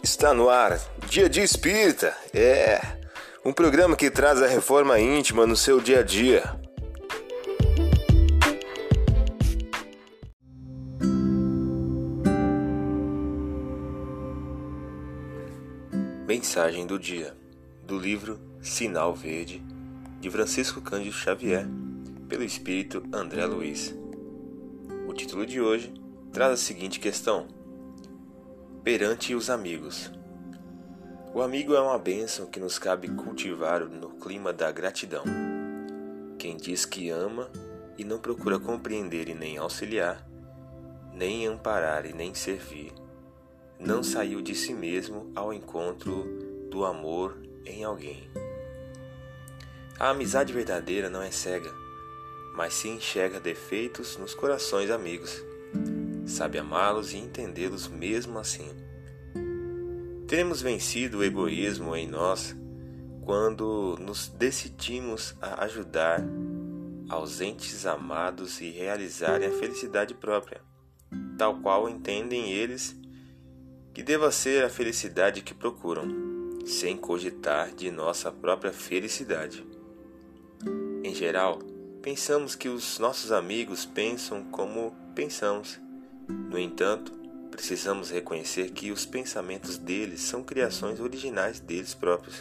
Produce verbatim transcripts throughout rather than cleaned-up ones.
Está no ar, Dia de Espírita, é um programa que traz a reforma íntima no seu dia a dia. Mensagem do dia, do livro Sinal Verde, de Francisco Cândido Xavier, pelo Espírito André Luiz. O título de hoje traz a seguinte questão: perante os amigos. O amigo é uma bênção que nos cabe cultivar no clima da gratidão. Quem diz que ama e não procura compreender e nem auxiliar, nem amparar e nem servir, não saiu de si mesmo ao encontro do amor em alguém. A amizade verdadeira não é cega, mas se enxerga defeitos nos corações amigos. Sabe amá-los e entendê-los mesmo assim. Teremos vencido o egoísmo em nós quando nos decidimos a ajudar aos entes amados e realizarem a felicidade própria, tal qual entendem eles que deva ser a felicidade que procuram, sem cogitar de nossa própria felicidade. Em geral, pensamos que os nossos amigos pensam como pensamos. No entanto, precisamos reconhecer que os pensamentos deles são criações originais deles próprios.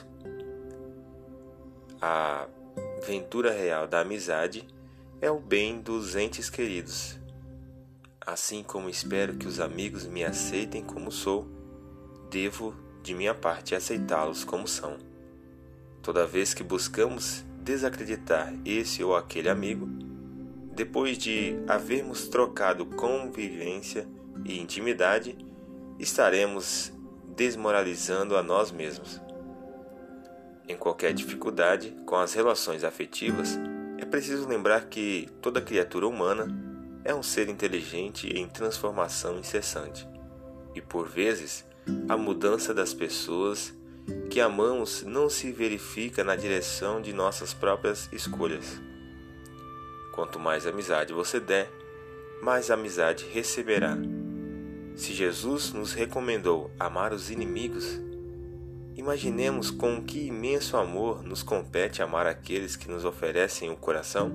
A ventura real da amizade é o bem dos entes queridos. Assim como espero que os amigos me aceitem como sou, devo, de minha parte, aceitá-los como são. Toda vez que buscamos desacreditar esse ou aquele amigo, depois de havermos trocado convivência e intimidade, estaremos desmoralizando a nós mesmos. Em qualquer dificuldade com as relações afetivas, é preciso lembrar que toda criatura humana é um ser inteligente em transformação incessante, e por vezes a mudança das pessoas que amamos não se verifica na direção de nossas próprias escolhas. Quanto mais amizade você der, mais amizade receberá. Se Jesus nos recomendou amar os inimigos, imaginemos com que imenso amor nos compete amar aqueles que nos oferecem o coração.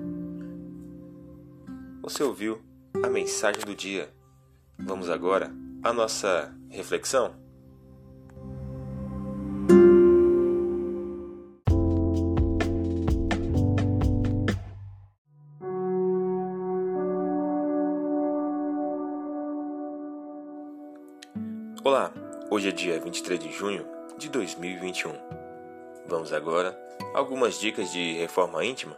Você ouviu a mensagem do dia. Vamos agora à nossa reflexão? Olá, hoje é dia vinte e três de junho de dois mil e vinte e um. Vamos agora a algumas dicas de reforma íntima.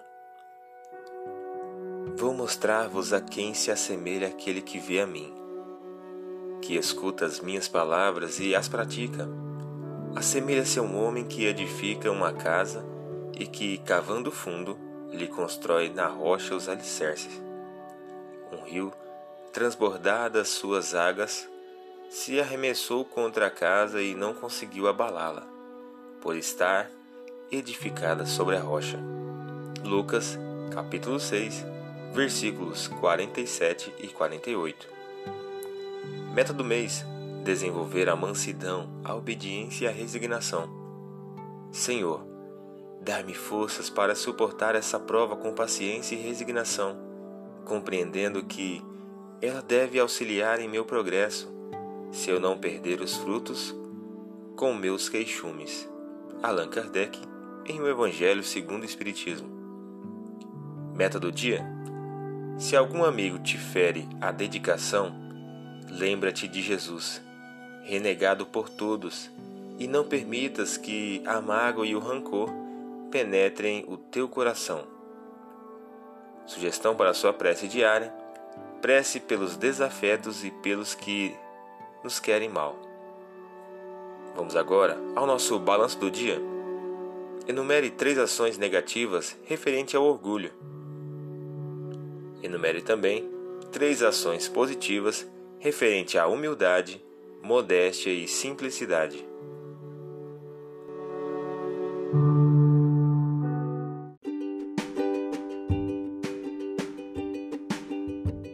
Vou mostrar-vos a quem se assemelha aquele que vê a mim, que escuta as minhas palavras e as pratica. Assemelha-se a um homem que edifica uma casa e que, cavando fundo, lhe constrói na rocha os alicerces. Um rio, transbordado as suas águas, se arremessou contra a casa e não conseguiu abalá-la, por estar edificada sobre a rocha. Lucas, capítulo seis, versículos quarenta e sete e quarenta e oito. Meta do mês: desenvolver a mansidão, a obediência e a resignação. Senhor, dá-me forças para suportar essa prova com paciência e resignação, compreendendo que ela deve auxiliar em meu progresso, se eu não perder os frutos com meus queixumes. Allan Kardec, em O Evangelho segundo o Espiritismo. Meta do dia: se algum amigo te fere a dedicação, lembra-te de Jesus, renegado por todos, e não permitas que a mágoa e o rancor penetrem o teu coração. Sugestão para a sua prece diária: prece pelos desafetos e pelos que nos querem mal. Vamos agora ao nosso balanço do dia. Enumere três ações negativas referente ao orgulho. Enumere também três ações positivas referente à humildade, modéstia e simplicidade.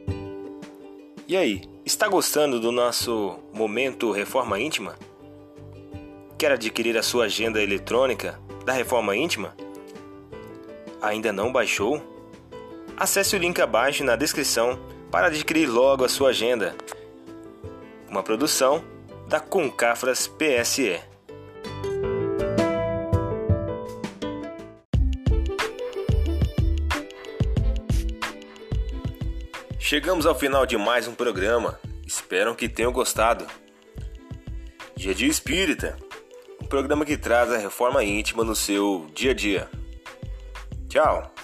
E aí, está gostando do nosso momento Reforma Íntima? Quer adquirir a sua agenda eletrônica da Reforma Íntima? Ainda não baixou? Acesse o link abaixo na descrição para adquirir logo a sua agenda. Uma produção da Concafras P S E. Chegamos ao final de mais um programa. Espero que tenham gostado. Dia a Dia Espírita, um programa que traz a reforma íntima no seu dia a dia. Tchau!